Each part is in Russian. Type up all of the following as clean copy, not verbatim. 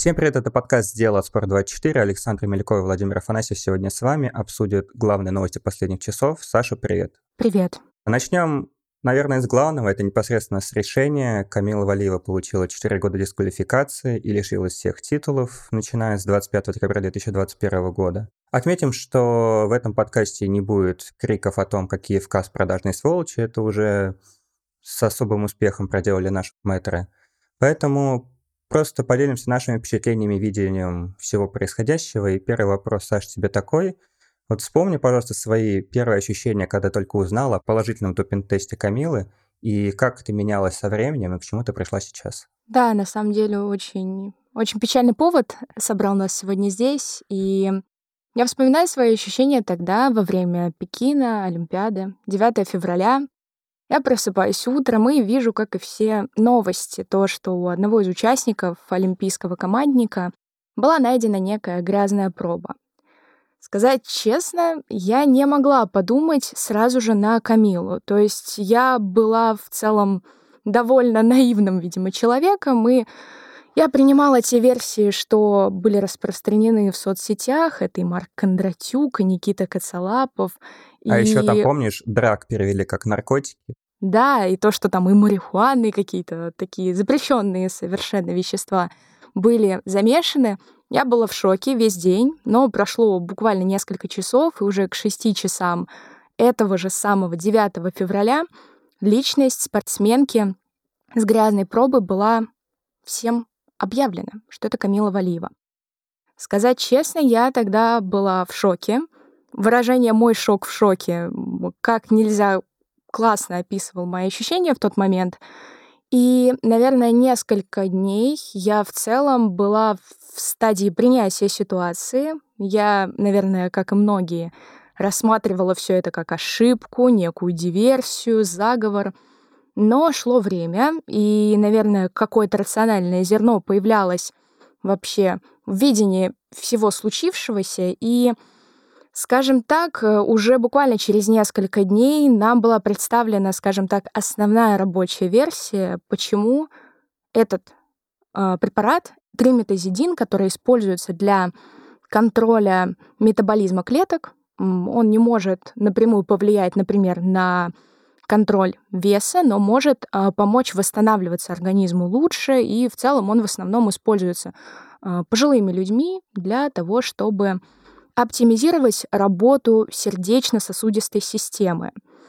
Всем привет, это подкаст «Сделал от Спорт24». Александр Мельков и Владимир Афанасьев сегодня с вами обсудят главные новости последних часов. Саша, привет. Привет. Начнем, наверное, с главного. Это непосредственно с решения. Камила Валиева получила 4 года дисквалификации и лишилась всех титулов, начиная с 25 декабря 2021 года. Отметим, что в этом подкасте не будет криков о том, какие в КАС продажные сволочи. Это уже с особым успехом проделали наши мэтры. Поэтому просто поделимся нашими впечатлениями, видением всего происходящего. И первый вопрос, Саш, тебе такой. Вот вспомни, пожалуйста, свои первые ощущения, когда только узнала о положительном допинг-тесте Камилы, и как это менялось со временем, и к чему ты пришла сейчас. Да, на самом деле очень печальный повод собрал нас сегодня здесь. И я вспоминаю свои ощущения тогда, во время Пекина, Олимпиады, 9 февраля. Я просыпаюсь утром и вижу, как и все, новости. То, что у одного из участников олимпийского командника была найдена некая грязная проба. Сказать честно, я не могла подумать сразу же на Камилу. То есть я была в целом довольно наивным, видимо, человеком, и я принимала те версии, что были распространены в соцсетях. Это и Марк Кондратюк, и Никита Коцалапов. А еще там, помнишь, драг перевели как наркотики? Да, и то, что там и марихуаны, какие-то такие запрещенные совершенно вещества были замешаны. Я была в шоке весь день, но прошло буквально несколько часов, и уже к 6 часам этого же самого 9 февраля личность спортсменки с грязной пробой была всем объявлена, что это Камила Валиева. Сказать честно, я тогда была в шоке. Выражение «мой шок в шоке» как нельзя классно описывал мои ощущения в тот момент. И, наверное, несколько дней я в целом была в стадии принятия ситуации. Я, наверное, как и многие, рассматривала все это как ошибку, некую диверсию, заговор. Но шло время, и, наверное, какое-то рациональное зерно появлялось вообще в видении всего случившегося. И, скажем так, уже буквально через несколько дней нам была представлена, скажем так, основная рабочая версия, почему этот препарат триметазидин, который используется для контроля метаболизма клеток, он не может напрямую повлиять, например, на контроль веса, но может помочь восстанавливаться организму лучше, и в целом он в основном используется пожилыми людьми для того, чтобы оптимизировать работу сердечно-сосудистой системы.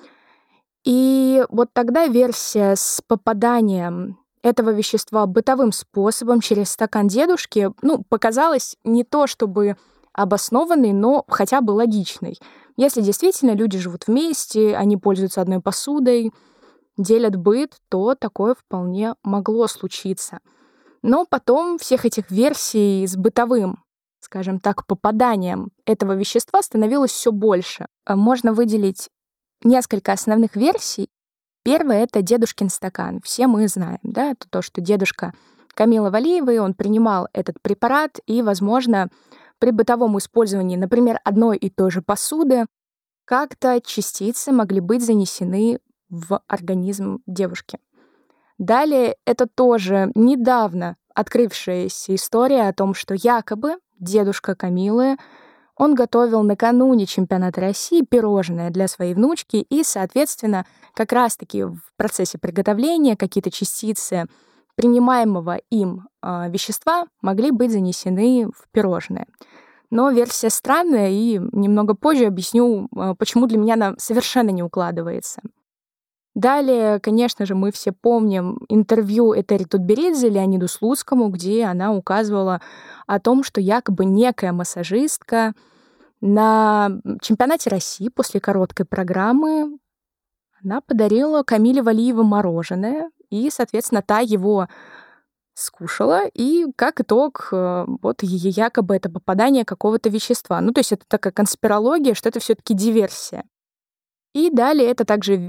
И вот тогда версия с попаданием этого вещества бытовым способом через стакан дедушки, показалась не то чтобы обоснованной, но хотя бы логичной. Если действительно люди живут вместе, они пользуются одной посудой, делят быт, то такое вполне могло случиться. Но потом всех этих версий с бытовым, скажем так, попаданием этого вещества становилось все больше. Можно выделить несколько основных версий. Первое — это дедушкин стакан. Все мы знаем, да, это то, что дедушка Камилы Валиевой, он принимал этот препарат, и, возможно, при бытовом использовании, например, одной и той же посуды, как-то частицы могли быть занесены в организм девушки. Далее, это тоже недавно открывшаяся история о том, что якобы дедушка Камилы, он готовил накануне чемпионата России пирожное для своей внучки, и, соответственно, как раз-таки в процессе приготовления какие-то частицы принимаемого им вещества могли быть занесены в пирожное. Но версия странная, и немного позже объясню, почему для меня она совершенно не укладывается. Далее, конечно же, мы все помним интервью Этери Тутберидзе Леониду Слуцкому, где она указывала о том, что якобы некая массажистка на чемпионате России после короткой программы она подарила Камиле Валиевой мороженое, и, соответственно, та его скушала, и как итог, вот якобы это попадание какого-то вещества. То есть это такая конспирология, что это все-таки диверсия. И далее это также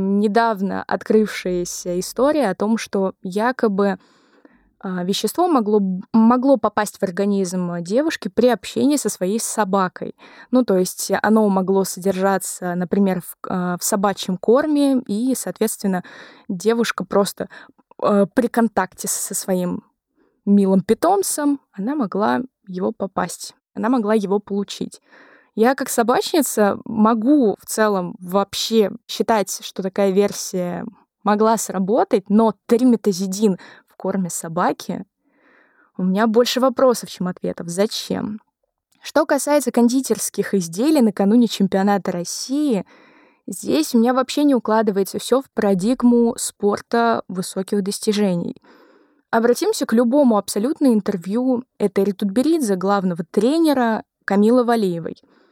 недавно открывшаяся история о том, что якобы вещество могло попасть в организм девушки при общении со своей собакой. То есть оно могло содержаться, например, в собачьем корме, и, соответственно, девушка просто при контакте со своим милым питомцем, она могла его попасть, она могла его получить. Я как собачница могу в целом вообще считать, что такая версия могла сработать, но триметазидин в корме собаки у меня больше вопросов, чем ответов. Зачем? Что касается кондитерских изделий накануне чемпионата России, здесь у меня вообще не укладывается все в парадигму спорта высоких достижений. Обратимся к любому абсолютно интервью Этери Тутберидзе, главного тренера Камилы Валиевой.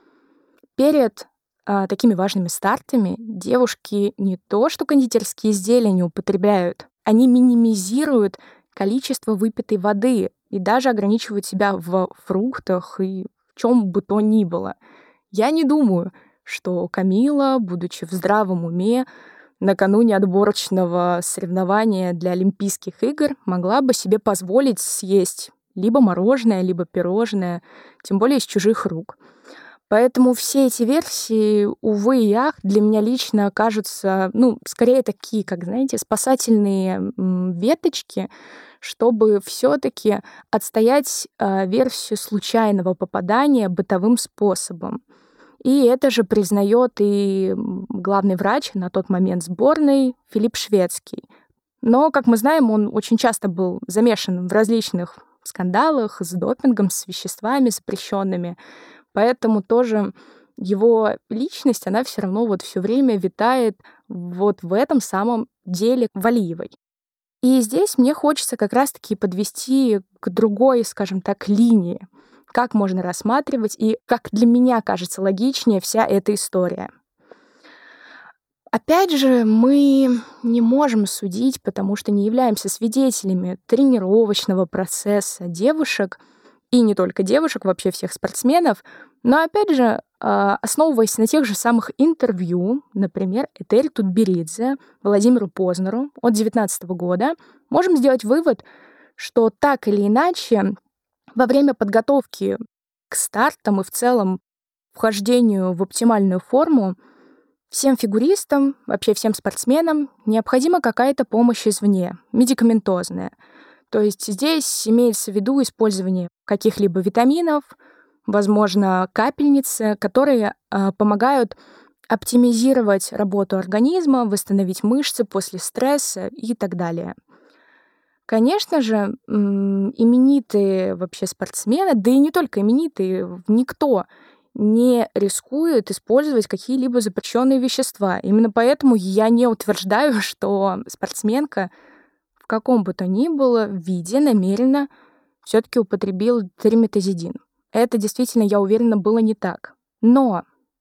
Перед такими важными стартами девушки не то что кондитерские изделия не употребляют, они минимизируют количество выпитой воды и даже ограничивают себя в фруктах и в чем бы то ни было. Я не думаю, что Камила, будучи в здравом уме, накануне отборочного соревнования для Олимпийских игр могла бы себе позволить съесть либо мороженое, либо пирожное, тем более из чужих рук. Поэтому все эти версии, увы и ах, для меня лично кажутся, скорее такие, как, знаете, спасательные веточки, чтобы все-таки отстоять версию случайного попадания бытовым способом. И это же признает и главный врач на тот момент сборной Филипп Шведский. Но, как мы знаем, он очень часто был замешан в различных скандалах с допингом, с веществами запрещенными. Поэтому тоже его личность, она все равно все время витает в этом самом деле Валиевой. И здесь мне хочется как раз-таки подвести к другой, скажем так, линии, как можно рассматривать и как для меня кажется логичнее вся эта история. Опять же, мы не можем судить, потому что не являемся свидетелями тренировочного процесса девушек, и не только девушек, вообще всех спортсменов, но, опять же, основываясь на тех же самых интервью, например, Этери Тутберидзе Владимиру Познеру от 2019 года, можем сделать вывод, что так или иначе во время подготовки к стартам и в целом вхождению в оптимальную форму всем фигуристам, вообще всем спортсменам необходима какая-то помощь извне, медикаментозная. То есть здесь имеется в виду использование каких-либо витаминов, возможно, капельницы, которые помогают оптимизировать работу организма, восстановить мышцы после стресса и так далее. Конечно же, именитые вообще спортсмены, да и не только именитые, никто не рискует использовать какие-либо запрещенные вещества. Именно поэтому я не утверждаю, что спортсменка в каком бы то ни было виде намеренно все-таки употребил триметазидин. Это действительно, я уверена, было не так. Но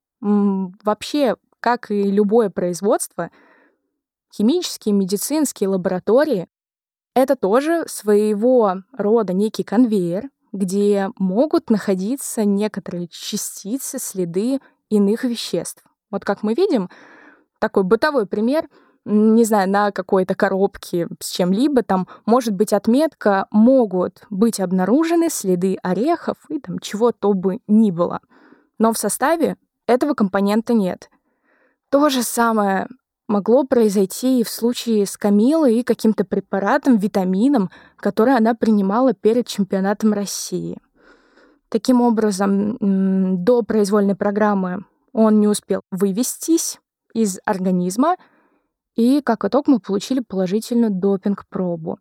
вообще, как и любое производство, химические, медицинские лаборатории — это тоже своего рода некий конвейер, где могут находиться некоторые частицы, следы иных веществ. Вот как мы видим, такой бытовой пример, не знаю, на какой-то коробке с чем-либо, там может быть отметка, могут быть обнаружены следы орехов и там чего-то бы ни было. Но в составе этого компонента нет. То же самое могло произойти и в случае с Камилой и каким-то препаратом, витамином, который она принимала перед чемпионатом России. Таким образом, до произвольной программы он не успел вывестись из организма, и как итог мы получили положительную допинг-пробу.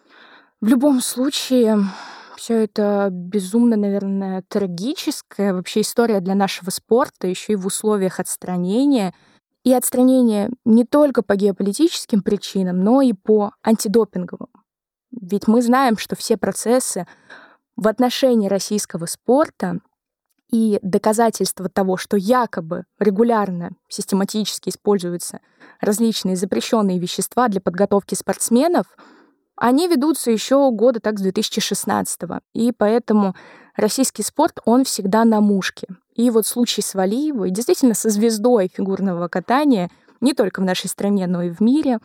В любом случае, все это безумно, наверное, трагическая вообще история для нашего спорта, еще и в условиях отстранения. И отстранения не только по геополитическим причинам, но и по антидопинговым. Ведь мы знаем, что все процессы в отношении российского спорта и доказательства того, что якобы регулярно, систематически используются различные запрещенные вещества для подготовки спортсменов, они ведутся еще года так с 2016-го. И поэтому российский спорт, он всегда на мушке. И вот случай с Валиевой, действительно со звездой фигурного катания, не только в нашей стране, но и в мире,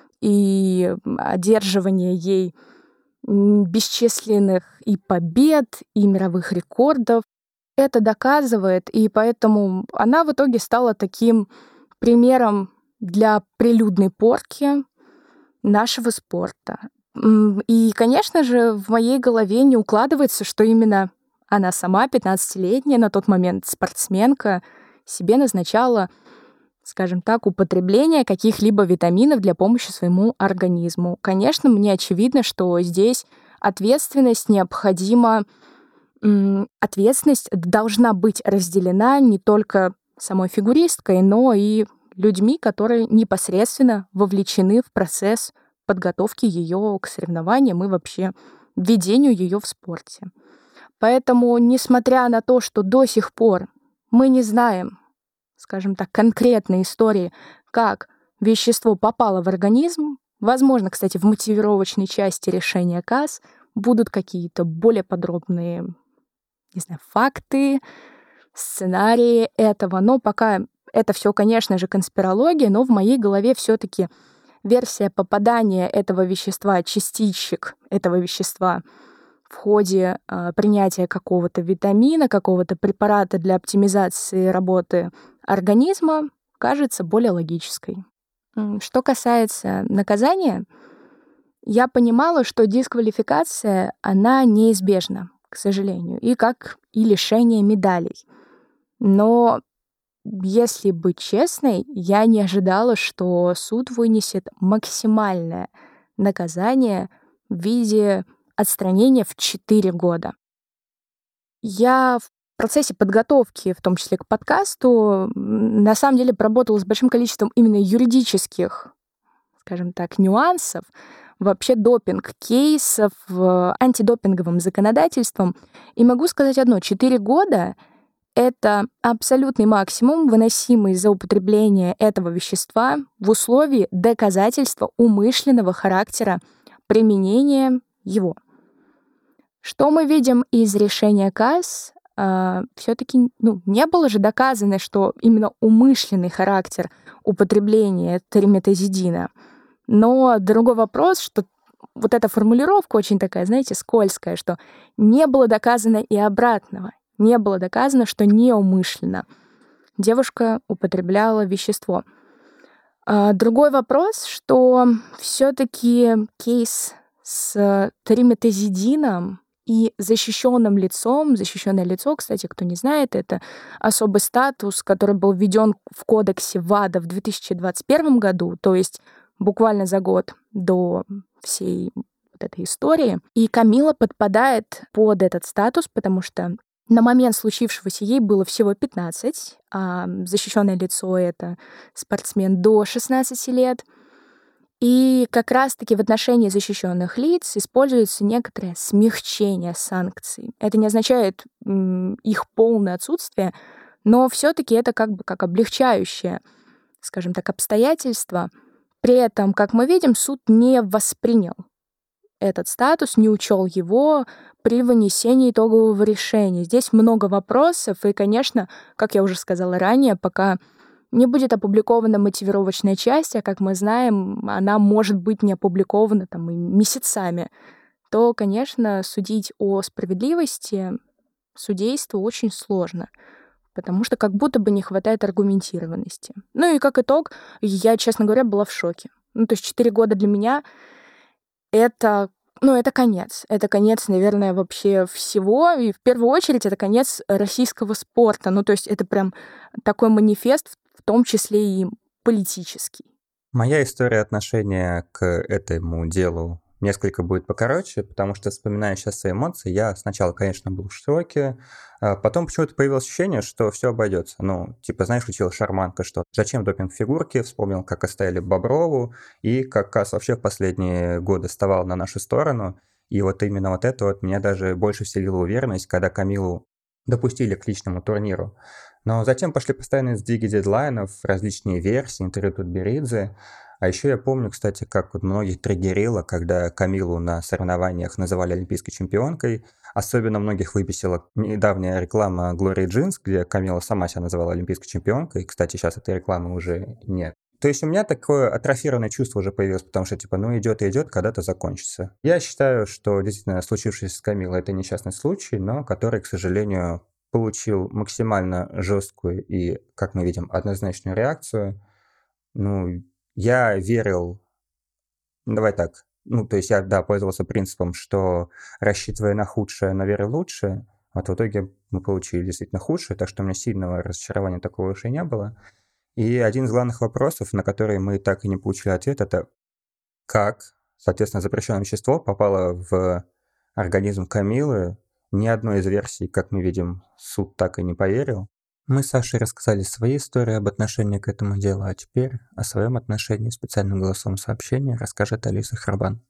и одерживание ей бесчисленных и побед, и мировых рекордов, это доказывает, и поэтому она в итоге стала таким примером для прилюдной порки нашего спорта. И, конечно же, в моей голове не укладывается, что именно она сама, 15-летняя, на тот момент спортсменка, себе назначала, скажем так, употребление каких-либо витаминов для помощи своему организму. Конечно, мне очевидно, что здесь ответственность необходима, ответственность должна быть разделена не только самой фигуристкой, но и людьми, которые непосредственно вовлечены в процесс подготовки ее к соревнованиям и вообще введению ее в спорте. Поэтому, несмотря на то, что до сих пор мы не знаем, скажем так, конкретной истории, как вещество попало в организм, возможно, кстати, в мотивировочной части решения КАС будут какие-то более подробные, не знаю, факты, сценарии этого. Но пока это все, конечно же, конспирология, но в моей голове все-таки версия попадания этого вещества, частичек этого вещества в ходе принятия какого-то витамина, какого-то препарата для оптимизации работы организма кажется более логической. Что касается наказания, я понимала, что дисквалификация, она неизбежна, к сожалению, и как и лишение медалей. Но если быть честной, я не ожидала, что суд вынесет максимальное наказание в виде отстранения в 4 года. Я в процессе подготовки, в том числе к подкасту, на самом деле поработала с большим количеством именно юридических, скажем так, нюансов, вообще допинг-кейсов, антидопинговым законодательством. И могу сказать одно: 4 года — это абсолютный максимум, выносимый за употребление этого вещества в условии доказательства умышленного характера применения его. Что мы видим из решения КАС? Все-таки не было же доказано, что именно умышленный характер употребления триметазидина. Но другой вопрос, что вот эта формулировка очень такая, знаете, скользкая, что не было доказано и обратного. Не было доказано, что неумышленно девушка употребляла вещество. Другой вопрос, что все-таки кейс с триметазидином и защищенным лицом, защищенное лицо, кстати, кто не знает, это особый статус, который был введен в кодексе ВАДА в 2021 году, то есть буквально за год до всей вот этой истории. И Камила подпадает под этот статус, потому что на момент случившегося ей было всего 15, а защищенное лицо — это спортсмен до 16 лет. И как раз-таки в отношении защищенных лиц используется некоторое смягчение санкций. Это не означает их полное отсутствие, но все-таки это как облегчающее, скажем так, обстоятельство. При этом, как мы видим, суд не воспринял этот статус, не учел его при вынесении итогового решения. Здесь много вопросов, и, конечно, как я уже сказала ранее, пока не будет опубликована мотивировочная часть, а, как мы знаем, она может быть не опубликована и месяцами, то, конечно, судить о справедливости судейства очень сложно, потому что как будто бы не хватает аргументированности. Ну и как итог, я, честно говоря, была в шоке. То есть 4 года для меня — это конец. Это конец, наверное, вообще всего. И в первую очередь это конец российского спорта. То есть это прям такой манифест, в том числе и политический. Моя история отношения к этому делу несколько будет покороче, потому что, вспоминая сейчас свои эмоции, я сначала, конечно, был в шоке, а потом почему-то появилось ощущение, что все обойдется. Знаешь, учила шарманка, что зачем допинг фигурки, вспомнил, как оставили Боброву, и как КАС вообще в последние годы вставал на нашу сторону. И вот именно вот это вот меня даже больше вселило уверенность, когда Камилу допустили к личному турниру. Но затем пошли постоянные сдвиги дедлайнов, различные версии, интервью Тутберидзе. А еще я помню, кстати, как многих триггерило, когда Камилу на соревнованиях называли олимпийской чемпионкой. Особенно многих выбесила недавняя реклама Glory Jeans, где Камила сама себя называла олимпийской чемпионкой. Кстати, сейчас этой рекламы уже нет. То есть у меня такое атрофированное чувство уже появилось, потому что идет и идет, когда-то закончится. Я считаю, что действительно случившееся с Камилой — это несчастный случай, но который, к сожалению, получил максимально жесткую и, как мы видим, однозначную реакцию. Я верил... Давай так. то есть я, да, пользовался принципом, что рассчитывая на худшее, но веря в лучшее, вот в итоге мы получили действительно худшее, так что у меня сильного разочарования такого уж и не было. И один из главных вопросов, на который мы так и не получили ответ, это как, соответственно, запрещенное вещество попало в организм Камилы. Ни одной из версий, как мы видим, суд так и не поверил. Мы с Сашей рассказали свои истории об отношении к этому делу, а теперь о своем отношении специальным голосовым сообщения расскажет Алиса Храбан.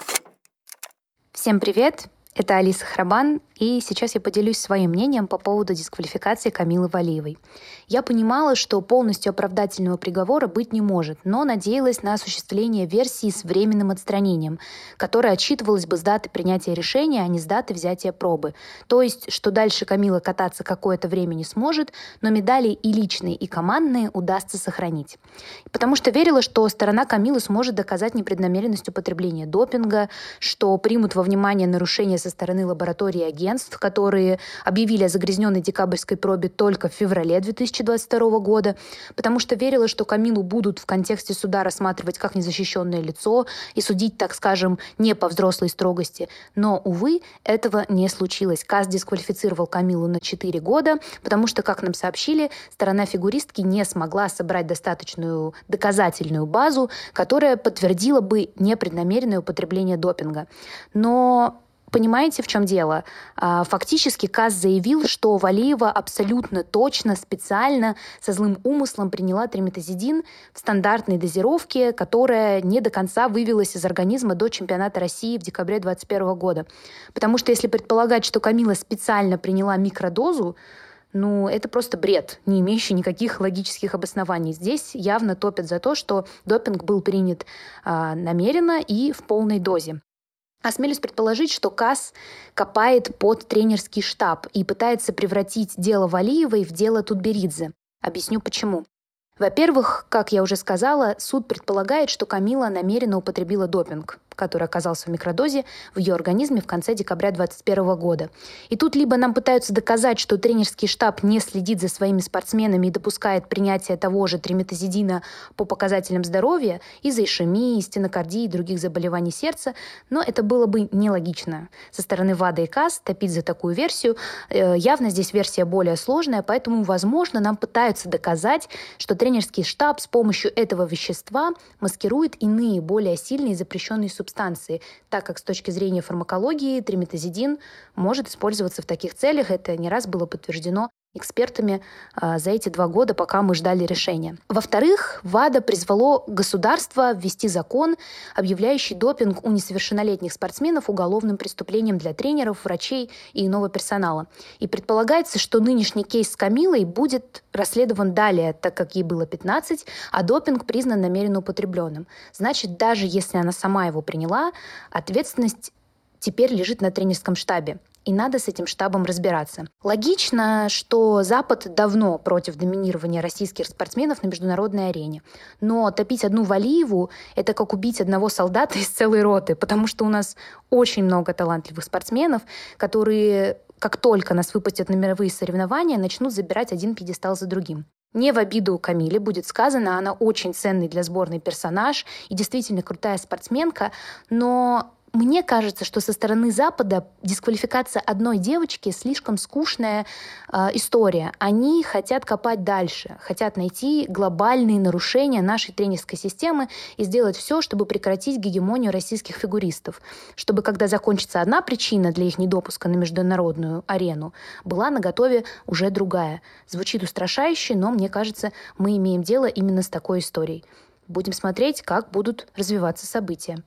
Всем привет! Это Алиса Храбан, и сейчас я поделюсь своим мнением по поводу дисквалификации Камилы Валиевой. Я понимала, что полностью оправдательного приговора быть не может, но надеялась на осуществление версии с временным отстранением, которая отсчитывалась бы с даты принятия решения, а не с даты взятия пробы. То есть, что дальше Камила кататься какое-то время не сможет, но медали и личные, и командные удастся сохранить. Потому что верила, что сторона Камилы сможет доказать непреднамеренность употребления допинга, что примут во внимание нарушения со стороны лабораторий и агентств, которые объявили о загрязненной декабрьской пробе только в феврале 2022 года, потому что верила, что Камилу будут в контексте суда рассматривать как незащищенное лицо и судить, так скажем, не по взрослой строгости. Но, увы, этого не случилось. КАС дисквалифицировал Камилу на 4 года, потому что, как нам сообщили, сторона фигуристки не смогла собрать достаточную доказательную базу, которая подтвердила бы непреднамеренное употребление допинга. Но понимаете, в чем дело? Фактически КАС заявил, что Валиева абсолютно точно, специально, со злым умыслом приняла триметазидин в стандартной дозировке, которая не до конца вывелась из организма до чемпионата России в декабре 2021 года. Потому что если предполагать, что Камила специально приняла микродозу, это просто бред, не имеющий никаких логических обоснований. Здесь явно топят за то, что допинг был принят намеренно и в полной дозе. Осмелюсь предположить, что КАС копает под тренерский штаб и пытается превратить дело Валиевой в дело Тутберидзе. Объясню почему. Во-первых, как я уже сказала, суд предполагает, что Камила намеренно употребила допинг, который оказался в микродозе в ее организме в конце декабря 2021 года. И тут либо нам пытаются доказать, что тренерский штаб не следит за своими спортсменами и допускает принятие того же триметазидина по показателям здоровья из-за ишемии, стенокардии и других заболеваний сердца, но это было бы нелогично. Со стороны ВАДА и КАС топить за такую версию. Явно здесь версия более сложная, поэтому, возможно, нам пытаются доказать, что тренерский штаб с помощью этого вещества маскирует иные, более сильные запрещенные субстанции, так как с точки зрения фармакологии триметазидин может использоваться в таких целях. Это не раз было подтверждено экспертами за эти 2 года, пока мы ждали решения. Во-вторых, ВАДА призвало государство ввести закон, объявляющий допинг у несовершеннолетних спортсменов уголовным преступлением для тренеров, врачей и иного персонала. И предполагается, что нынешний кейс с Камилой будет расследован далее, так как ей было 15, а допинг признан намеренно употребленным. Значит, даже если она сама его приняла, ответственность теперь лежит на тренерском штабе. И надо с этим штабом разбираться. Логично, что Запад давно против доминирования российских спортсменов на международной арене. Но топить одну Валиеву – это как убить одного солдата из целой роты, потому что у нас очень много талантливых спортсменов, которые, как только нас выпустят на мировые соревнования, начнут забирать один пьедестал за другим. Не в обиду Камиле будет сказано, она очень ценный для сборной персонаж и действительно крутая спортсменка, но мне кажется, что со стороны Запада дисквалификация одной девочки слишком скучная история. Они хотят копать дальше, хотят найти глобальные нарушения нашей тренерской системы и сделать все, чтобы прекратить гегемонию российских фигуристов. Чтобы, когда закончится одна причина для их недопуска на международную арену, была наготове уже другая. Звучит устрашающе, но мне кажется, мы имеем дело именно с такой историей. Будем смотреть, как будут развиваться события.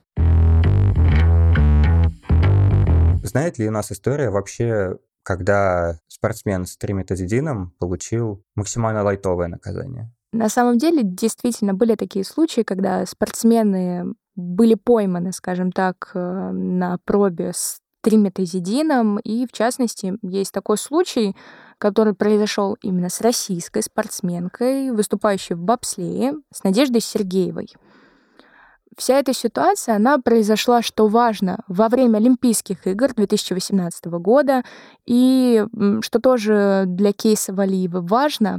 Знает ли у нас история вообще, когда спортсмен с триметазидином получил максимально лайтовое наказание? На самом деле, действительно, были такие случаи, когда спортсмены были пойманы, скажем так, на пробе с триметазидином, и, в частности, есть такой случай, который произошел именно с российской спортсменкой, выступающей в бобслее, с Надеждой Сергеевой. Вся эта ситуация, она произошла, что важно, во время Олимпийских игр 2018 года, и, что тоже для кейса Валиевой важно,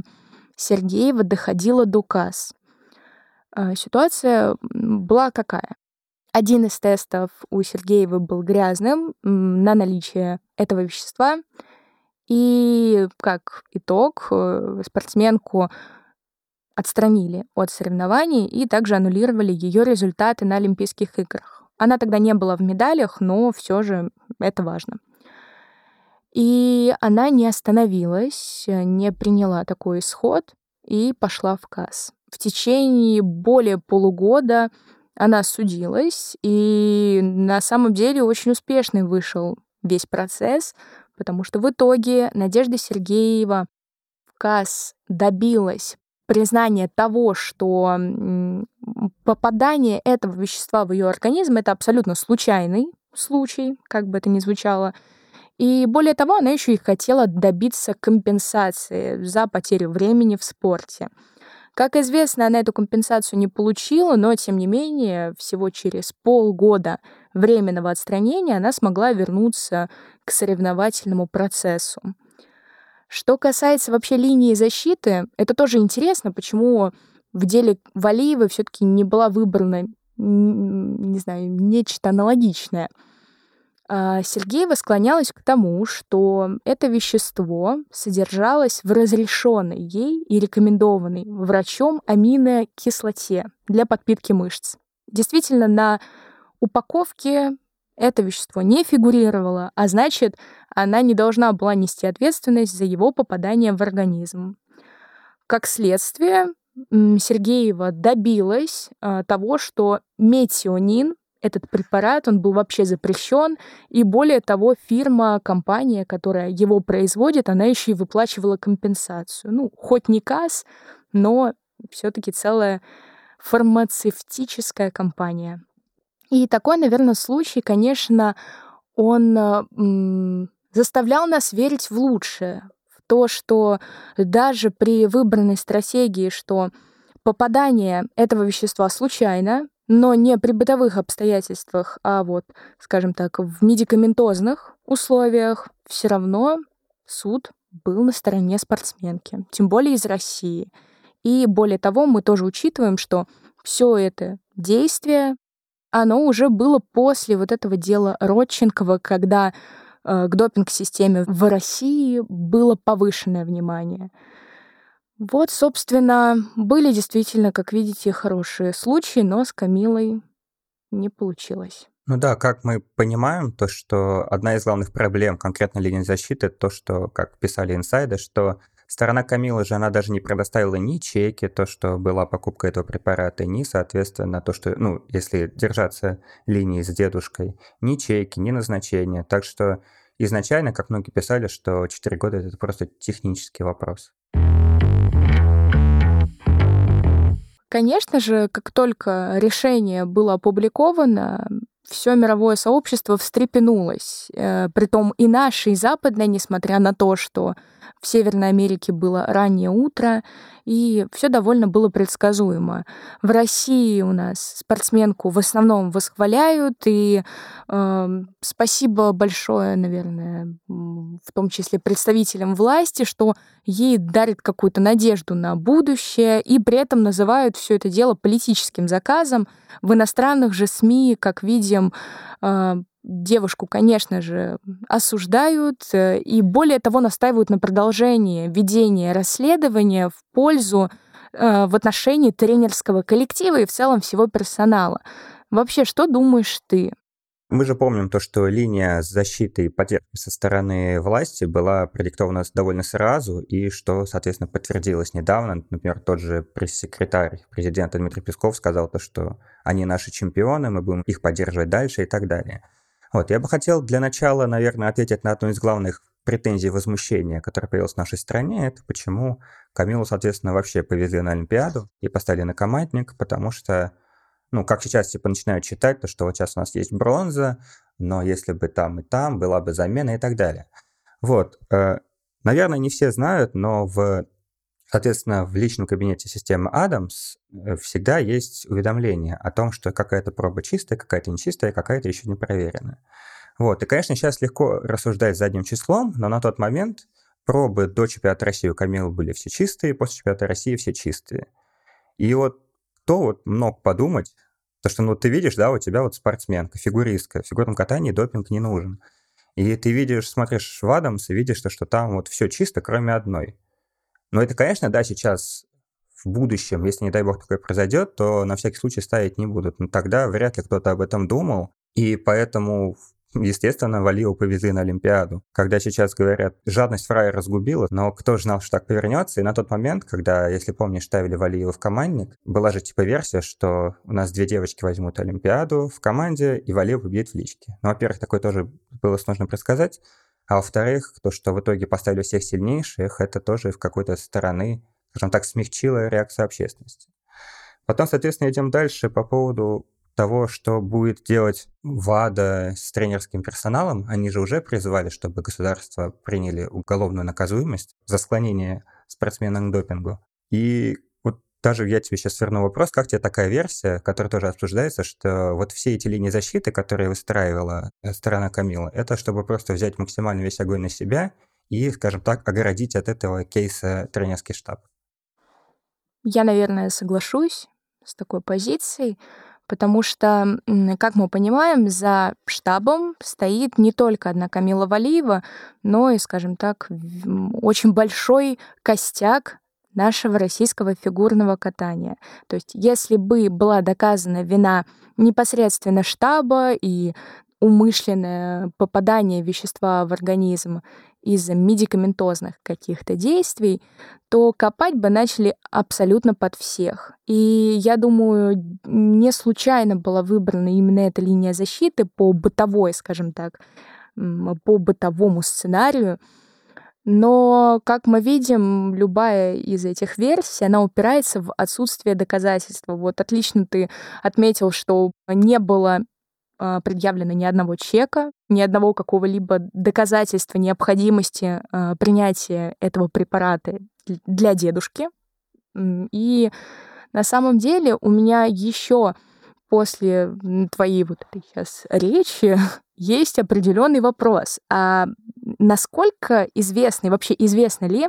Сергеева доходила до КАС. Ситуация была какая? Один из тестов у Сергеевой был грязным на наличие этого вещества. И как итог, спортсменку отстранили от соревнований и также аннулировали ее результаты на Олимпийских играх. Она тогда не была в медалях, но все же это важно. И она не остановилась, не приняла такой исход и пошла в КАС. В течение более полугода она судилась, и на самом деле очень успешный вышел весь процесс, потому что в итоге Надежда Сергеева в КАС добилась признания того, что попадание этого вещества в ее организм — это абсолютно случайный случай, как бы это ни звучало. И более того, она еще и хотела добиться компенсации за потерю времени в спорте. Как известно, она эту компенсацию не получила, но, тем не менее, всего через полгода временного отстранения она смогла вернуться к соревновательному процессу. Что касается вообще линии защиты, это тоже интересно, почему в деле Валиевой все-таки не была выбрана, не знаю, нечто аналогичное. Сергеева склонялась к тому, что это вещество содержалось в разрешенной ей и рекомендованной врачом аминокислоте для подпитки мышц. Действительно, на упаковке это вещество не фигурировало, а значит, она не должна была нести ответственность за его попадание в организм. Как следствие, Сергеева добилась того, что метионин, этот препарат, он был вообще запрещен, и более того, компания, которая его производит, она еще и выплачивала компенсацию. Ну, хоть не КАС, но все-таки целая фармацевтическая компания. И такой, наверное, случай, конечно, он заставлял нас верить в лучшее, в то, что даже при выбранной стратегии, что попадание этого вещества случайно, но не при бытовых обстоятельствах, а вот, скажем так, в медикаментозных условиях, все равно суд был на стороне спортсменки, тем более из России. И более того, мы тоже учитываем, что все это действие, оно уже было после вот этого дела Родченкова, когда к допинг-системе в России было повышенное внимание. Вот, собственно, были действительно, как видите, хорошие случаи, но с Камилой не получилось. Ну да, как мы понимаем, то, что одна из главных проблем конкретно линии защиты, то, что, как писали инсайды, что сторона Камилы же, она даже не предоставила ни чеки, то, что была покупка этого препарата, ни, соответственно, то, что, ну, если держаться линии с дедушкой, ни чеки, ни назначения. Так что изначально, как многие писали, что 4 года — это просто технический вопрос. Конечно же, как только решение было опубликовано, все мировое сообщество встрепенулось. Притом и наше, и западное, несмотря на то, что в Северной Америке было раннее утро, и все довольно было предсказуемо. В России у нас спортсменку в основном восхваляют, и спасибо большое, наверное, в том числе представителям власти, что ей дарит какую-то надежду на будущее, и при этом называют все это дело политическим заказом. В иностранных же СМИ, как видим, девушку, конечно же, осуждают и, более того, настаивают на продолжении ведения расследования в пользу в отношении тренерского коллектива и в целом всего персонала. Вообще, что думаешь ты? Мы же помним то, что линия защиты и поддержки со стороны власти была продиктована довольно сразу, и что, соответственно, подтвердилось недавно. Например, тот же пресс-секретарь президента Дмитрий Песков сказал то, что они наши чемпионы, мы будем их поддерживать дальше и так далее. Вот, я бы хотел для начала, наверное, ответить на одну из главных претензий возмущения, которая появилась в нашей стране, это почему Камилу, соответственно, вообще повезли на Олимпиаду и поставили на командник, потому что, ну, как сейчас типа начинают читать, то, что вот сейчас у нас есть бронза, но если бы там и там была бы замена и так далее. Вот, наверное, не все знают, но соответственно, в личном кабинете системы Адамс всегда есть уведомление о том, что какая-то проба чистая, какая-то нечистая, какая-то еще не проверенная. Вот, и, конечно, сейчас легко рассуждать задним числом, но на тот момент пробы до чемпионата России у Камилы были все чистые, после чемпионата России все чистые. И вот кто вот мог подумать Потому что, ты видишь, да, у тебя вот спортсменка, фигуристка, в фигурном катании допинг не нужен. И ты видишь, смотришь в Адамс и видишь, что там вот все чисто, кроме одной. Но это, конечно, да, сейчас в будущем, если, не дай бог, такое произойдет, то на всякий случай ставить не будут. Но тогда вряд ли кто-то об этом думал, и поэтому, естественно, Валиеву повезли на Олимпиаду. Когда сейчас говорят, жадность фраера разгубила, но кто же знал, что так повернется? И на тот момент, когда, если помнишь, ставили Валиеву в командник, была же версия, что у нас 2 девочки возьмут Олимпиаду в команде, и Валиева победит в личке. Ну, во-первых, такое тоже было сложно предсказать, а во-вторых, то, что в итоге поставили всех сильнейших, это тоже в какой-то стороны, скажем так, смягчило реакцию общественности. Потом, соответственно, идем дальше по поводу того, что будет делать ВАДА с тренерским персоналом. Они же уже призывали, чтобы государства приняли уголовную наказуемость за склонение спортсмена к допингу. И вот даже я тебе сейчас верну вопрос, как тебе такая версия, которая тоже обсуждается, что вот все эти линии защиты, которые выстраивала сторона Камилы, это чтобы просто взять максимально весь огонь на себя и, скажем так, огородить от этого кейса тренерский штаб? Я, наверное, соглашусь с такой позицией, потому что, как мы понимаем, за штабом стоит не только одна Камила Валиева, но и, скажем так, очень большой костяк нашего российского фигурного катания. То есть если бы была доказана вина непосредственно штаба и умышленное попадание вещества в организм из-за медикаментозных каких-то действий, то копать бы начали абсолютно под всех. И я думаю, не случайно была выбрана именно эта линия защиты по бытовой, скажем так, по бытовому сценарию. Но, как мы видим, любая из этих версий, она упирается в отсутствие доказательства. Вот отлично ты отметил, что не было предъявлено ни одного чека, ни одного какого-либо доказательства необходимости принятия этого препарата для дедушки. И на самом деле у меня еще после твоей вот этой сейчас речи есть определенный вопрос. А насколько известно, и вообще известно ли,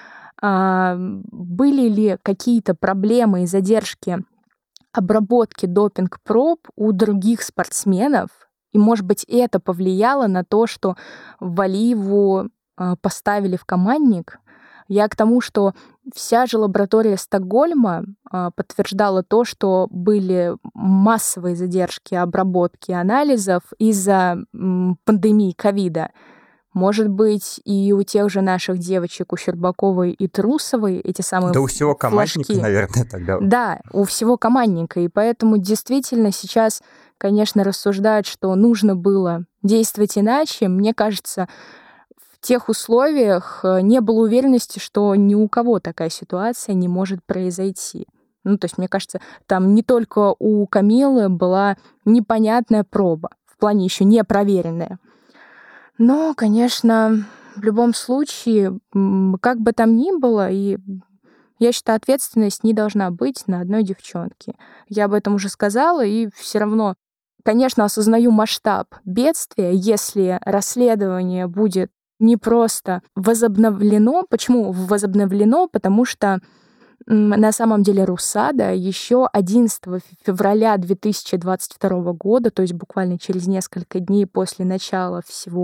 были ли какие-то проблемы и задержки обработки допинг-проб у других спортсменов, и, может быть, это повлияло на то, что Валиеву поставили в командник? Я к тому, что вся же лаборатория Стокгольма подтверждала то, что были массовые задержки обработки анализов из-за пандемии ковида. Может быть, и у тех же наших девочек, у Щербаковой и Трусовой, эти самые Да у всего командника, флажки. Наверное, тогда. Да, у всего командника. И поэтому действительно сейчас, конечно, рассуждают, что нужно было действовать иначе. Мне кажется, в тех условиях не было уверенности, что ни у кого такая ситуация не может произойти. То есть, мне кажется, там не только у Камилы была непонятная проба, в плане еще не проверенная. Но, конечно, в любом случае, как бы там ни было, и я считаю, ответственность не должна быть на одной девчонке. Я об этом уже сказала, и все равно, конечно, осознаю масштаб бедствия, если расследование будет не просто возобновлено. Почему возобновлено? Потому что на самом деле РУСАДА еще 11 февраля 2022 года, то есть буквально через несколько дней после начала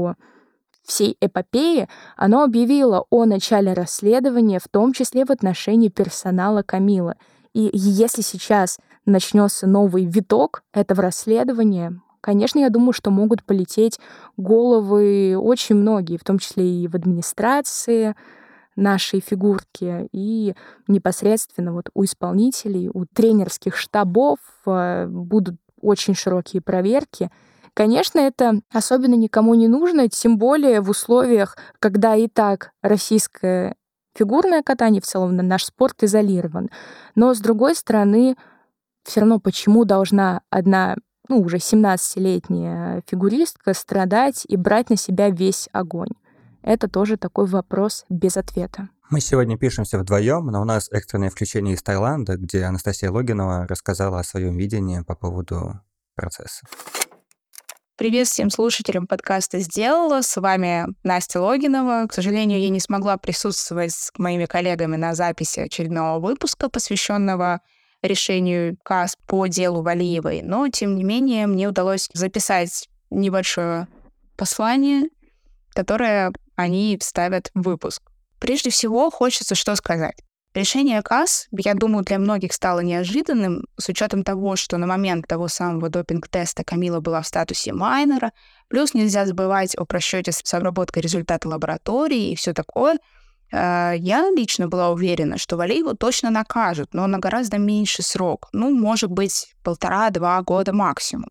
всей эпопеи, оно объявило о начале расследования, в том числе в отношении персонала Камилы. И если сейчас начнется новый виток этого расследования, конечно, я думаю, что могут полететь головы очень многие, в том числе и в администрации нашей фигурки, и непосредственно вот у исполнителей, у тренерских штабов будут очень широкие проверки. Конечно, это особенно никому не нужно, тем более в условиях, когда и так российское фигурное катание, в целом наш спорт изолирован. Но, с другой стороны, все равно почему должна одна, уже 17-летняя фигуристка страдать и брать на себя весь огонь? Это тоже такой вопрос без ответа. Мы сегодня пишемся вдвоем, но у нас экстренное включение из Таиланда, где Анастасия Логинова рассказала о своем видении по поводу процесса. Привет всем слушателям подкаста «Сделала». С вами Настя Логинова. К сожалению, я не смогла присутствовать с моими коллегами на записи очередного выпуска, посвященного решению КАС по делу Валиевой, но, тем не менее, мне удалось записать небольшое послание, которое они вставят в выпуск. Прежде всего, хочется что сказать. Решение КАС, я думаю, для многих стало неожиданным, с учетом того, что на момент того самого допинг-теста Камила была в статусе майнера, плюс нельзя забывать о просчете с обработкой результата лаборатории и все такое. Я лично была уверена, что Валиеву точно накажут, но на гораздо меньший срок. Может быть, 1,5-2 года максимум.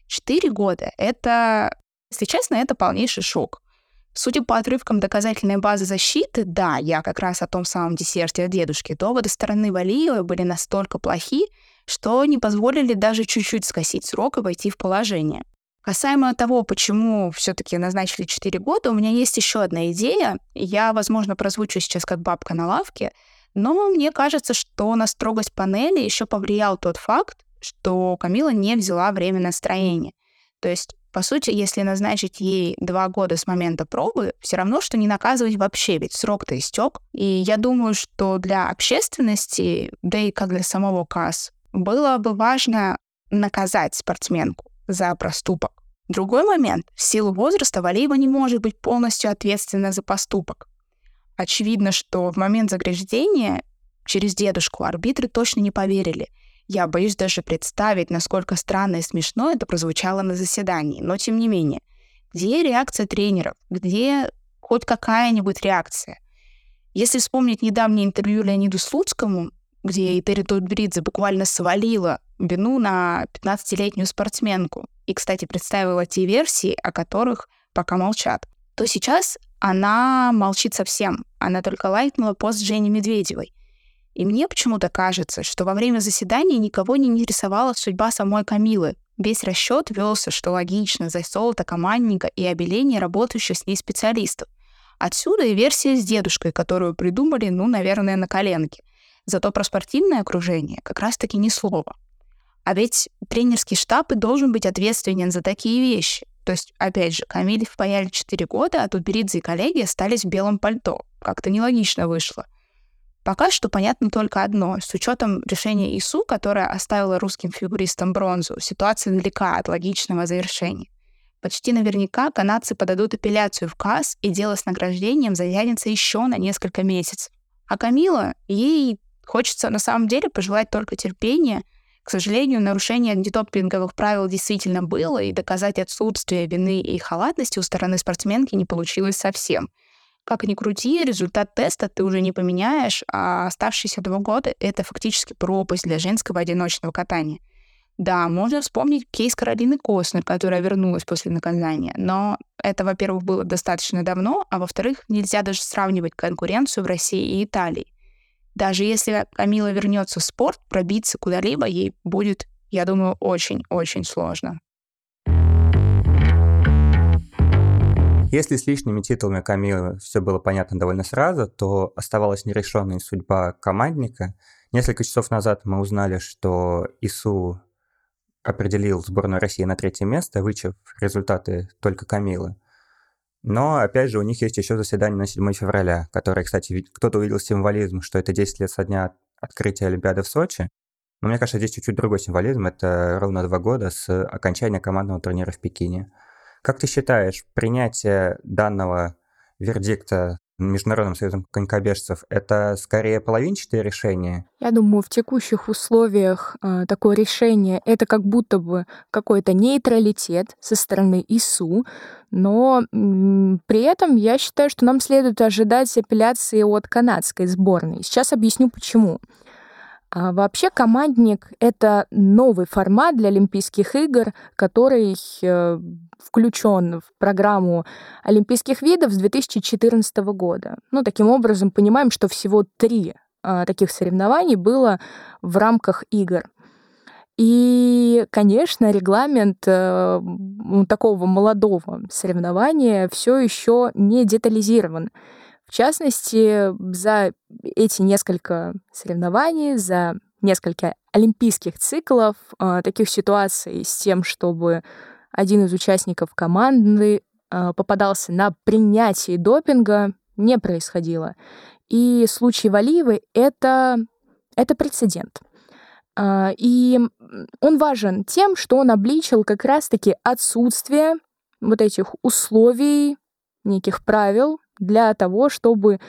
4 года — это, если честно, это полнейший шок. Судя по отрывкам доказательной базы защиты, да, я как раз о том самом десерте от дедушки, доводы стороны Валиевой были настолько плохи, что не позволили даже чуть-чуть скосить срок и войти в положение. Касаемо того, почему все-таки назначили 4 года, у меня есть еще одна идея. Я, возможно, прозвучу сейчас как бабка на лавке, но мне кажется, что на строгость панели еще повлиял тот факт, что Камила не взяла время на строение. То есть, по сути, если назначить ей 2 года с момента пробы, все равно, что не наказывать вообще, ведь срок-то истек. И я думаю, что для общественности, да и как для самого КАС, было бы важно наказать спортсменку за проступок. Другой момент. В силу возраста Валиева не может быть полностью ответственна за поступок. Очевидно, что в момент заграждения через дедушку арбитры точно не поверили. Я боюсь даже представить, насколько странно и смешно это прозвучало на заседании. Но тем не менее, где реакция тренеров? Где хоть какая-нибудь реакция? Если вспомнить недавнее интервью Леониду Слуцкому, где Этери Тутберидзе буквально свалила вину на 15-летнюю спортсменку и, кстати, представила те версии, о которых пока молчат, то сейчас она молчит совсем. Она только лайкнула пост Жени Медведевой. И мне почему-то кажется, что во время заседания никого не интересовала судьба самой Камилы. Весь расчет велся, что логично, за золото командника и обеление работающих с ней специалистов. Отсюда и версия с дедушкой, которую придумали, наверное, на коленке. Зато про спортивное окружение как раз-таки ни слова. А ведь тренерский штаб и должен быть ответственен за такие вещи. То есть, опять же, Камиле впаяли 4 года, а Тутберидзе и коллеги остались в белом пальто. Как-то нелогично вышло. Пока что понятно только одно. С учетом решения ИСУ, которое оставило русским фигуристам бронзу, ситуация далека от логичного завершения. Почти наверняка канадцы подадут апелляцию в КАС, и дело с награждением затянется еще на несколько месяцев. А Камила, ей хочется на самом деле пожелать только терпения. К сожалению, нарушение антидопинговых правил действительно было, и доказать отсутствие вины и халатности у стороны спортсменки не получилось совсем. Как ни крути, результат теста ты уже не поменяешь, а оставшиеся 2 года — это фактически пропасть для женского одиночного катания. Да, можно вспомнить кейс Каролины Костнер, которая вернулась после наказания, но это, во-первых, было достаточно давно, а во-вторых, нельзя даже сравнивать конкуренцию в России и Италии. Даже если Камила вернется в спорт, пробиться куда-либо ей будет, я думаю, очень-очень сложно. Если с личными титулами Камилы все было понятно довольно сразу, то оставалась нерешенной судьба командника. Несколько часов назад мы узнали, что ИСУ определил сборную России на 3-е место, вычев результаты только Камилы. Но, опять же, у них есть еще заседание на 7 февраля, которое, кстати, кто-то увидел символизм, что это 10 лет со дня открытия Олимпиады в Сочи. Но мне кажется, здесь чуть-чуть другой символизм. Это ровно 2 года с окончания командного турнира в Пекине. Как ты считаешь, принятие данного вердикта Международным союзом конькобежцев — это скорее половинчатое решение? Я думаю, в текущих условиях такое решение — это как будто бы какой-то нейтралитет со стороны ИСУ, но при этом я считаю, что нам следует ожидать апелляции от канадской сборной. Сейчас объясню, почему. Вообще командник — это новый формат для Олимпийских игр, который включен в программу олимпийских видов с 2014 года. Таким образом, понимаем, что всего 3 таких соревнований было в рамках игр. И, конечно, регламент такого молодого соревнования все еще не детализирован. В частности, за эти несколько соревнований, за несколько олимпийских циклов, таких ситуаций с тем, чтобы один из участников команды попадался на принятие допинга, не происходило. И случай Валиевой — это прецедент. И он важен тем, что он обличил как раз-таки отсутствие вот этих условий, неких правил для того, чтобы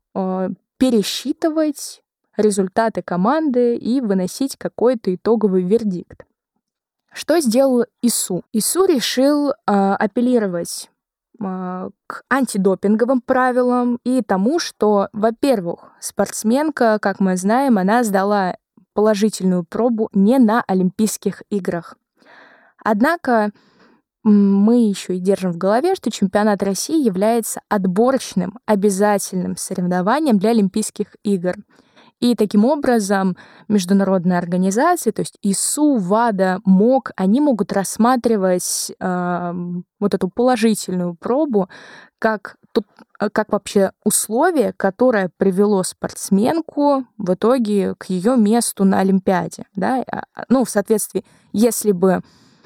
пересчитывать результаты команды и выносить какой-то итоговый вердикт. Что сделал ИСУ? ИСУ решил апеллировать к антидопинговым правилам и тому, что, во-первых, спортсменка, как мы знаем, она сдала положительную пробу не на Олимпийских играх. Однако мы еще и держим в голове, что чемпионат России является отборочным, обязательным соревнованием для Олимпийских игр. И таким образом международные организации, то есть ИСУ, ВАДА, МОК, они могут рассматривать вот эту положительную пробу как вообще условие, которое привело спортсменку в итоге к ее месту на Олимпиаде. Да? В соответствии, если бы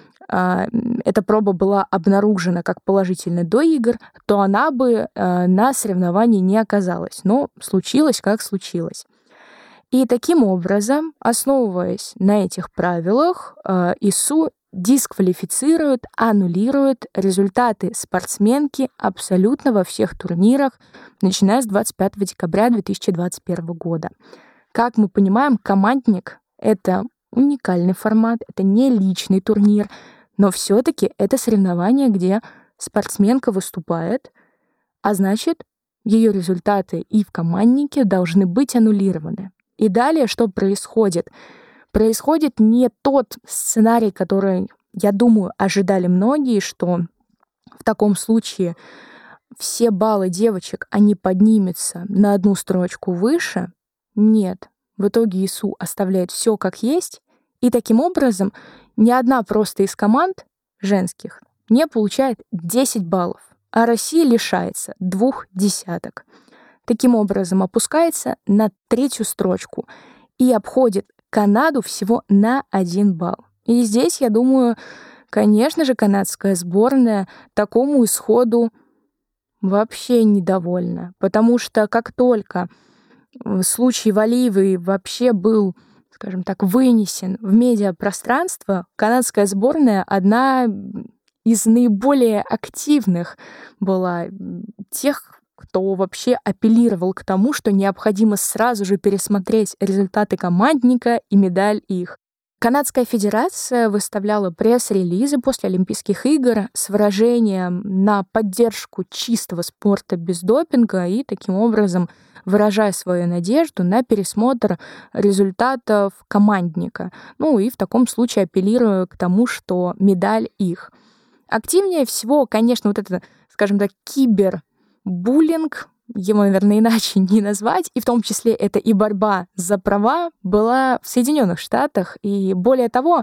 эта проба была обнаружена как положительная до игр, то она бы на соревновании не оказалась. Но случилось, как случилось. И таким образом, основываясь на этих правилах, ИСУ дисквалифицирует, аннулирует результаты спортсменки абсолютно во всех турнирах, начиная с 25 декабря 2021 года. Как мы понимаем, командник — это уникальный формат, это не личный турнир, но все-таки это соревнование, где спортсменка выступает, а значит, ее результаты и в команднике должны быть аннулированы. И далее что происходит? Происходит не тот сценарий, который, я думаю, ожидали многие, что в таком случае все баллы девочек, они поднимутся на одну строчку выше. Нет. В итоге ИСУ оставляет все как есть, и таким образом ни одна просто из команд женских не получает 10 баллов, а Россия лишается 2 десяток. Таким образом опускается на 3-ю строчку и обходит Канаду всего на 1 балл. И здесь, я думаю, конечно же, канадская сборная такому исходу вообще недовольна, потому что как только случай Валиевой вообще был, скажем так, вынесен в медиапространство, канадская сборная одна из наиболее активных была тех, кто вообще апеллировал к тому, что необходимо сразу же пересмотреть результаты командника и медаль их. Канадская федерация выставляла пресс-релизы после Олимпийских игр с выражением на поддержку чистого спорта без допинга и таким образом выражая свою надежду на пересмотр результатов командника. И в таком случае апеллируя к тому, что медаль их. Активнее всего, конечно, вот это, скажем так, кибербуллинг, его, наверное, иначе не назвать, и в том числе это и борьба за права была в Соединенных Штатах. И более того,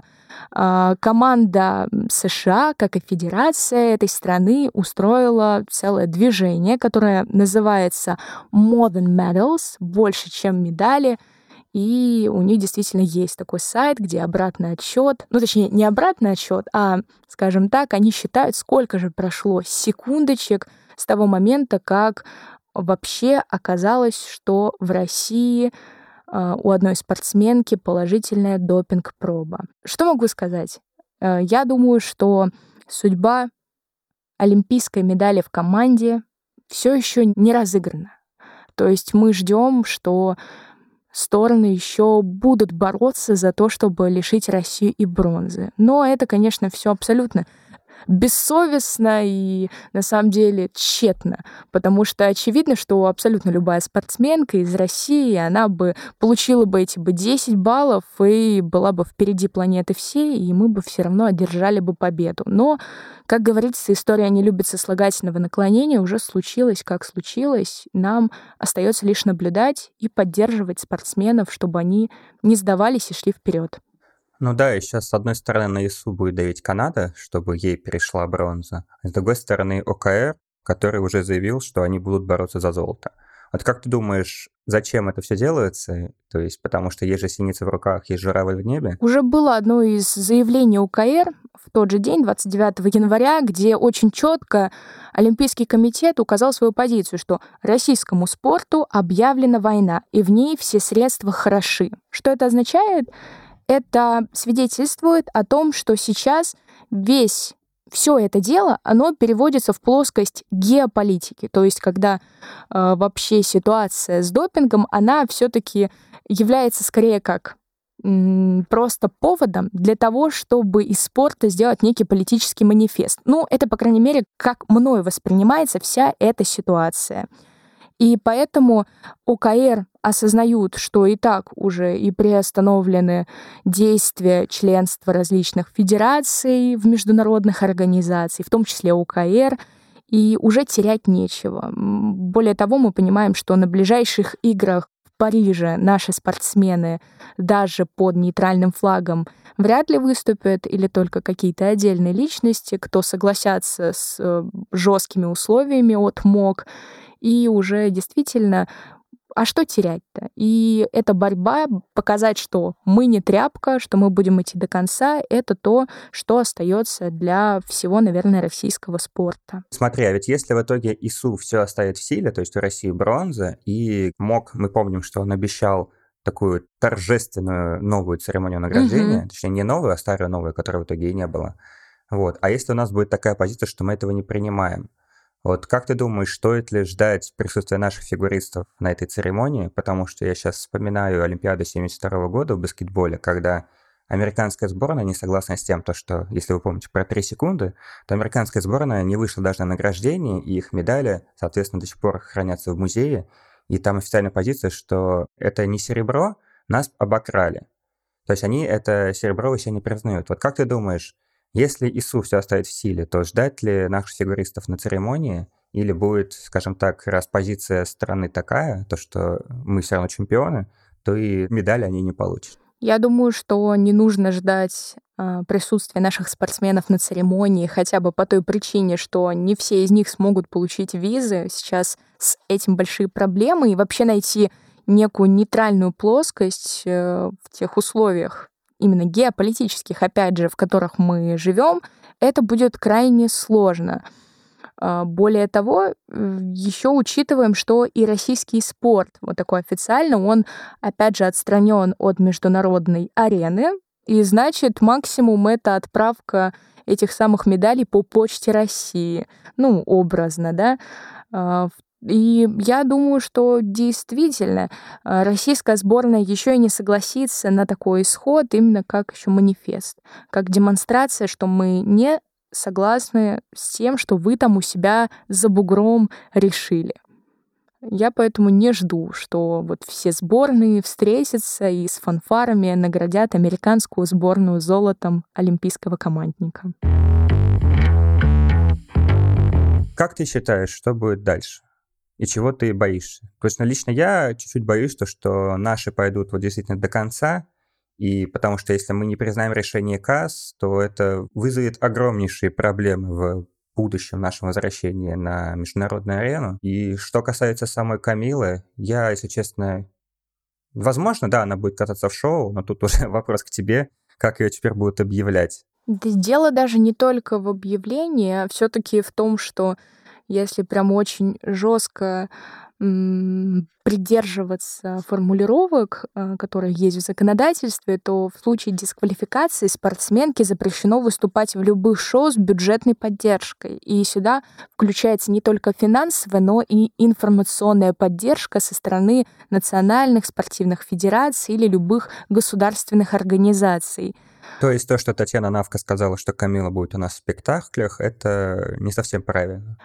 команда США, как и федерация этой страны, устроила целое движение, которое называется More Than Medals, больше, чем медали. И у них действительно есть такой сайт, где обратный отсчет, точнее, не обратный отсчет, а, скажем так, они считают, сколько же прошло секундочек с того момента, как вообще оказалось, что в России у одной спортсменки положительная допинг-проба. Что могу сказать? Я думаю, что судьба олимпийской медали в команде все еще не разыграна. То есть мы ждем, что стороны еще будут бороться за то, чтобы лишить Россию и бронзы. Но это, конечно, все абсолютно бессовестно и, на самом деле, тщетно, потому что очевидно, что абсолютно любая спортсменка из России, она бы получила бы эти 10 баллов и была бы впереди планеты всей, и мы бы все равно одержали бы победу. Но, как говорится, история не любит сослагательного наклонения, уже случилось, как случилось. Нам остается лишь наблюдать и поддерживать спортсменов, чтобы они не сдавались и шли вперед. И сейчас, с одной стороны, на ИСУ будет давить Канада, чтобы ей перешла бронза, а с другой стороны ОКР, который уже заявил, что они будут бороться за золото. Вот как ты думаешь, зачем это все делается? То есть потому что есть же синица в руках, есть журавль в небе? Уже было одно из заявлений УКР в тот же день, 29 января, где очень четко Олимпийский комитет указал свою позицию, что российскому спорту объявлена война, и в ней все средства хороши. Что это означает? это свидетельствует о том, что сейчас все это дело, оно переводится в плоскость геополитики. То есть, когда вообще ситуация с допингом, она все-таки является скорее как просто поводом для того, чтобы из спорта сделать некий политический манифест. Ну, это, по крайней мере, как мною воспринимается вся эта ситуация. И поэтому ОКР осознают, что и так уже и приостановлены действия членства различных федераций в международных организациях, в том числе ОКР, и уже терять нечего. Более того, мы понимаем, что на ближайших играх в Париже наши спортсмены даже под нейтральным флагом вряд ли выступят, или только какие-то отдельные личности, кто согласятся с жесткими условиями от МОК, и уже действительно, а что терять-то? И эта борьба показать, что мы не тряпка, что мы будем идти до конца, это то, что остается для всего, наверное, российского спорта. Смотри, а ведь если в итоге ИСУ все оставит в силе, то есть у России бронза, и МОК, мы помним, что он обещал такую торжественную новую церемонию награждения, точнее не новую, а старую новую, которой в итоге и не было. Вот. А если у нас будет такая позиция, что мы этого не принимаем, вот как ты думаешь, стоит ли ждать присутствия наших фигуристов на этой церемонии? Потому что я сейчас вспоминаю Олимпиаду 1972 года в баскетболе, когда американская сборная не согласна с тем, что, если вы помните про 3 секунды, то американская сборная не вышла даже на награждение, и их медали, соответственно, до сих пор хранятся в музее. И там официальная позиция, что это не серебро, нас обокрали. То есть они это серебро вообще не признают. Вот как ты думаешь, если ИСУ все оставит в силе, то ждать ли наших фигуристов на церемонии? Или будет, скажем так, раз позиция страны такая, то что мы все равно чемпионы, то и медали они не получат? Я думаю, что не нужно ждать присутствия наших спортсменов на церемонии, хотя бы по той причине, что не все из них смогут получить визы. Сейчас с этим большие проблемы, и вообще найти некую нейтральную плоскость в тех условиях, именно геополитических, опять же, в которых мы живем, это будет крайне сложно. Более того, еще учитываем, что и российский спорт, вот такой официально, он, опять же, отстранен от международной арены, и значит, максимум это отправка этих самых медалей по почте России, ну, образно, да. И я думаю, что действительно российская сборная еще и не согласится на такой исход именно как еще манифест, как демонстрация, что мы не согласны с тем, что вы там у себя за бугром решили. Я поэтому не жду, что вот все сборные встретятся и с фанфарами наградят американскую сборную золотом олимпийского командника. Как ты считаешь, что будет дальше? И чего ты боишься? То есть, лично я чуть-чуть боюсь, что наши пойдут вот действительно до конца, и потому что если мы не признаем решение КАС, то это вызовет огромнейшие проблемы в будущем нашем возвращении на международную арену. И что касается самой Камилы, я, если честно, возможно, да, она будет кататься в шоу, но тут уже вопрос к тебе, как ее теперь будут объявлять. Дело даже не только в объявлении, а все-таки в том, что если прям очень жестко придерживаться формулировок, которые есть в законодательстве, то в случае дисквалификации спортсменке запрещено выступать в любых шоу с бюджетной поддержкой. И сюда включается не только финансовая, но и информационная поддержка со стороны национальных спортивных федераций или любых государственных организаций. То есть то, что Татьяна Навка сказала, что Камила будет у нас в спектаклях, это не совсем правильно?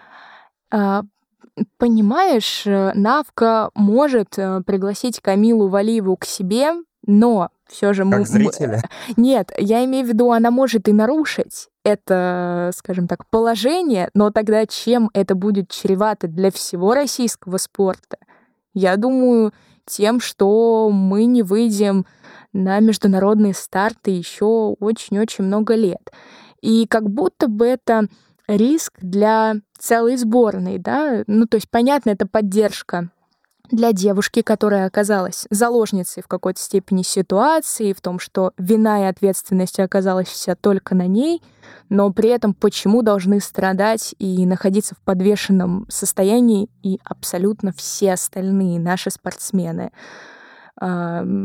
Понимаешь, Навка может пригласить Камилу Валиеву к себе, но все же мы... Как зрителя? Нет, я имею в виду, она может и нарушить это, скажем так, положение, но тогда чем это будет чревато для всего российского спорта? Я думаю, тем, что мы не выйдем на международные старты еще очень-очень много лет. И как будто бы это риск для целой сборной, да, ну, то есть, понятно, это поддержка для девушки, которая оказалась заложницей в какой-то степени ситуации, в том, что вина и ответственность оказалась вся только на ней, но при этом почему должны страдать и находиться в подвешенном состоянии и абсолютно все остальные наши спортсмены?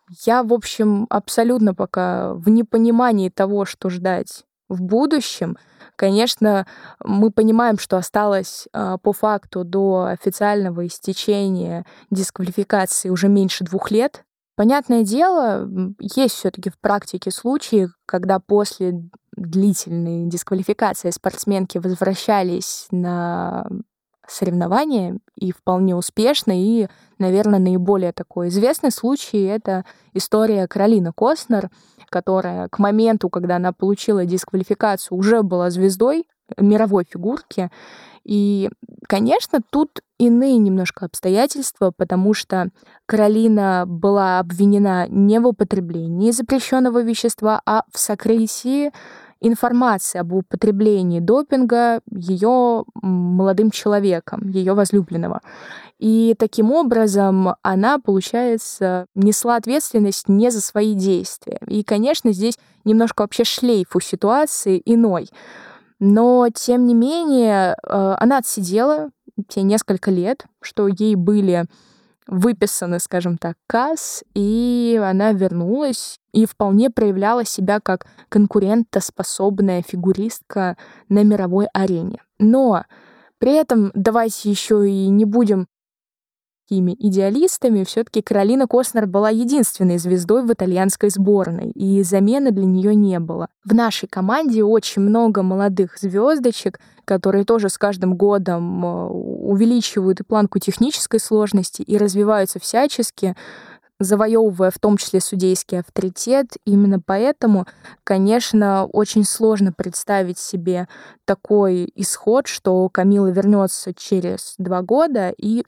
Я, в общем, абсолютно пока в непонимании того, что ждать в будущем. Конечно, мы понимаем, что осталось по факту до официального истечения дисквалификации уже меньше 2 лет. Понятное дело, есть все-таки в практике случаи, когда после длительной дисквалификации спортсменки возвращались на соревнования и вполне успешно. И, наверное, наиболее такой известный случай — это история Каролины Костнер, которая к моменту, когда она получила дисквалификацию, уже была звездой мировой фигурки. И, конечно, тут иные немножко обстоятельства, потому что Каролина была обвинена не в употреблении запрещенного вещества, а в сокрытии информации об употреблении допинга ее молодым человеком, ее возлюбленного. И таким образом она, получается, несла ответственность не за свои действия. И, конечно, здесь немножко вообще шлейф у ситуации иной. Но, тем не менее, она отсидела те несколько лет, что ей были выписаны, скажем так, КАС, и она вернулась и вполне проявляла себя как конкурентоспособная фигуристка на мировой арене. Но при этом давайте еще и не будем такими идеалистами. Все-таки Каролина Костнер была единственной звездой в итальянской сборной, и замены для нее не было. В нашей команде очень много молодых звездочек, которые тоже с каждым годом увеличивают и планку технической сложности и развиваются всячески, завоевывая в том числе судейский авторитет. Именно поэтому, конечно, очень сложно представить себе такой исход, что Камила вернется через 2 года и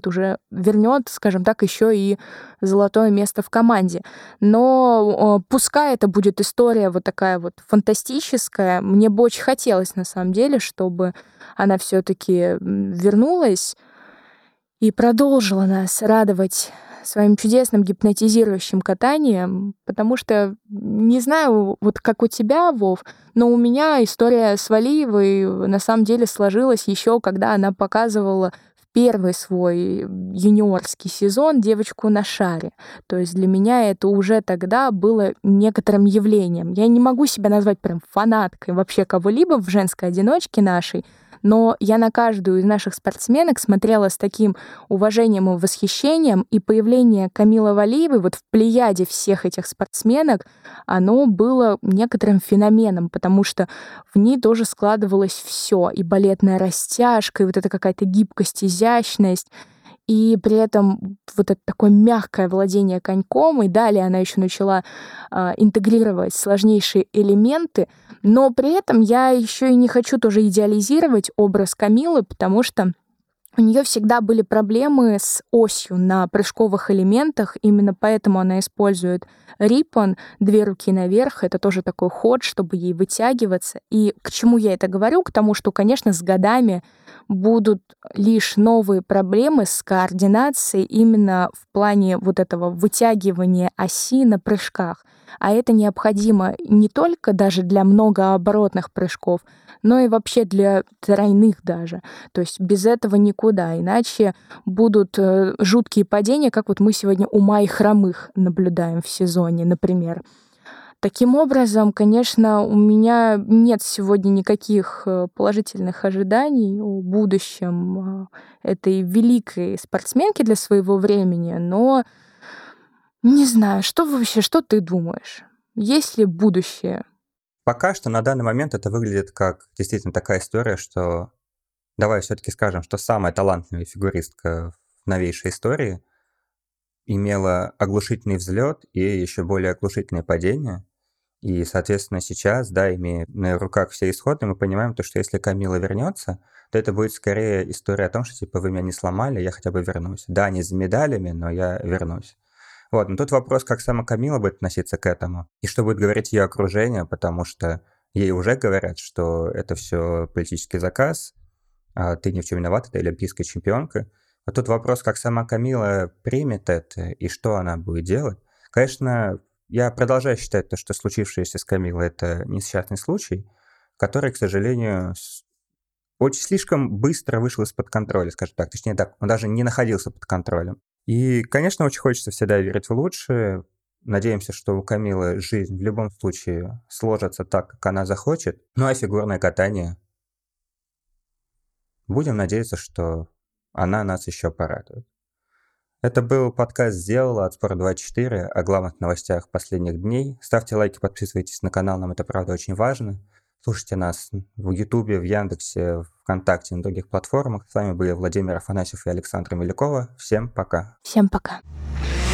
вернет, скажем так, еще и золотое место в команде. Но пускай это будет история вот такая вот фантастическая, мне бы очень хотелось, на самом деле, чтобы она все-таки вернулась и продолжила нас радовать своим чудесным гипнотизирующим катанием, потому что, не знаю, вот как у тебя, Вов, но у меня история с Валиевой на самом деле сложилась еще, когда она показывала в первый свой юниорский сезон девочку на шаре. То есть для меня это уже тогда было некоторым явлением. Я не могу себя назвать прям фанаткой вообще кого-либо в женской одиночке нашей, но я на каждую из наших спортсменок смотрела с таким уважением и восхищением, и появление Камилы Валиевой вот в плеяде всех этих спортсменок, оно было некоторым феноменом, потому что в ней тоже складывалось все, и балетная растяжка, и вот эта какая-то гибкость, изящность, и при этом вот это такое мягкое владение коньком, и далее она еще начала интегрировать сложнейшие элементы, но при этом я еще и не хочу тоже идеализировать образ Камилы, потому что у нее всегда были проблемы с осью на прыжковых элементах, именно поэтому она использует риппон, 2 руки наверх, это тоже такой ход, чтобы ей вытягиваться. И к чему я это говорю? К тому, что, конечно, с годами будут лишь новые проблемы с координацией именно в плане вот этого вытягивания оси на прыжках. А это необходимо не только даже для многооборотных прыжков, но и вообще для тройных даже. То есть без этого никуда. Иначе будут жуткие падения, как вот мы сегодня у Майи Хромых наблюдаем в сезоне, например. Таким образом, конечно, у меня нет сегодня никаких положительных ожиданий о будущем этой великой спортсменки для своего времени, но не знаю, что ты думаешь? Есть ли будущее? Пока что на данный момент это выглядит как действительно такая история, что давай все-таки скажем, что самая талантливая фигуристка в новейшей истории имела оглушительный взлет и еще более оглушительное падение. И, соответственно, сейчас, да, имея на руках все исходные, мы понимаем то, что если Камила вернется, то это будет скорее история о том, что типа вы меня не сломали, я хотя бы вернусь. Да, не за медалями, но я вернусь. Вот, но тут вопрос, как сама Камила будет относиться к этому, и что будет говорить ее окружение, потому что ей уже говорят, что это все политический заказ, а ты ни в чем виновата, ты олимпийская чемпионка. А тут вопрос, как сама Камила примет это и что она будет делать. Конечно, я продолжаю считать то, что случившееся с Камилой – это несчастный случай, который, к сожалению, очень слишком быстро вышел из-под контроля, скажем так. Точнее, так, он даже не находился под контролем. И, конечно, очень хочется всегда верить в лучшее. Надеемся, что у Камилы жизнь в любом случае сложится так, как она захочет. Ну а фигурное катание. Будем надеяться, что она нас еще порадует. Это был подкаст «Сделала» от Sport24 о главных новостях последних дней. Ставьте лайки, подписывайтесь на канал, нам это правда очень важно. Слушайте нас в Ютубе, в Яндексе, ВКонтакте, на других платформах. С вами были Владимир Афанасьев и Александра Милюкова. Всем пока. Всем пока.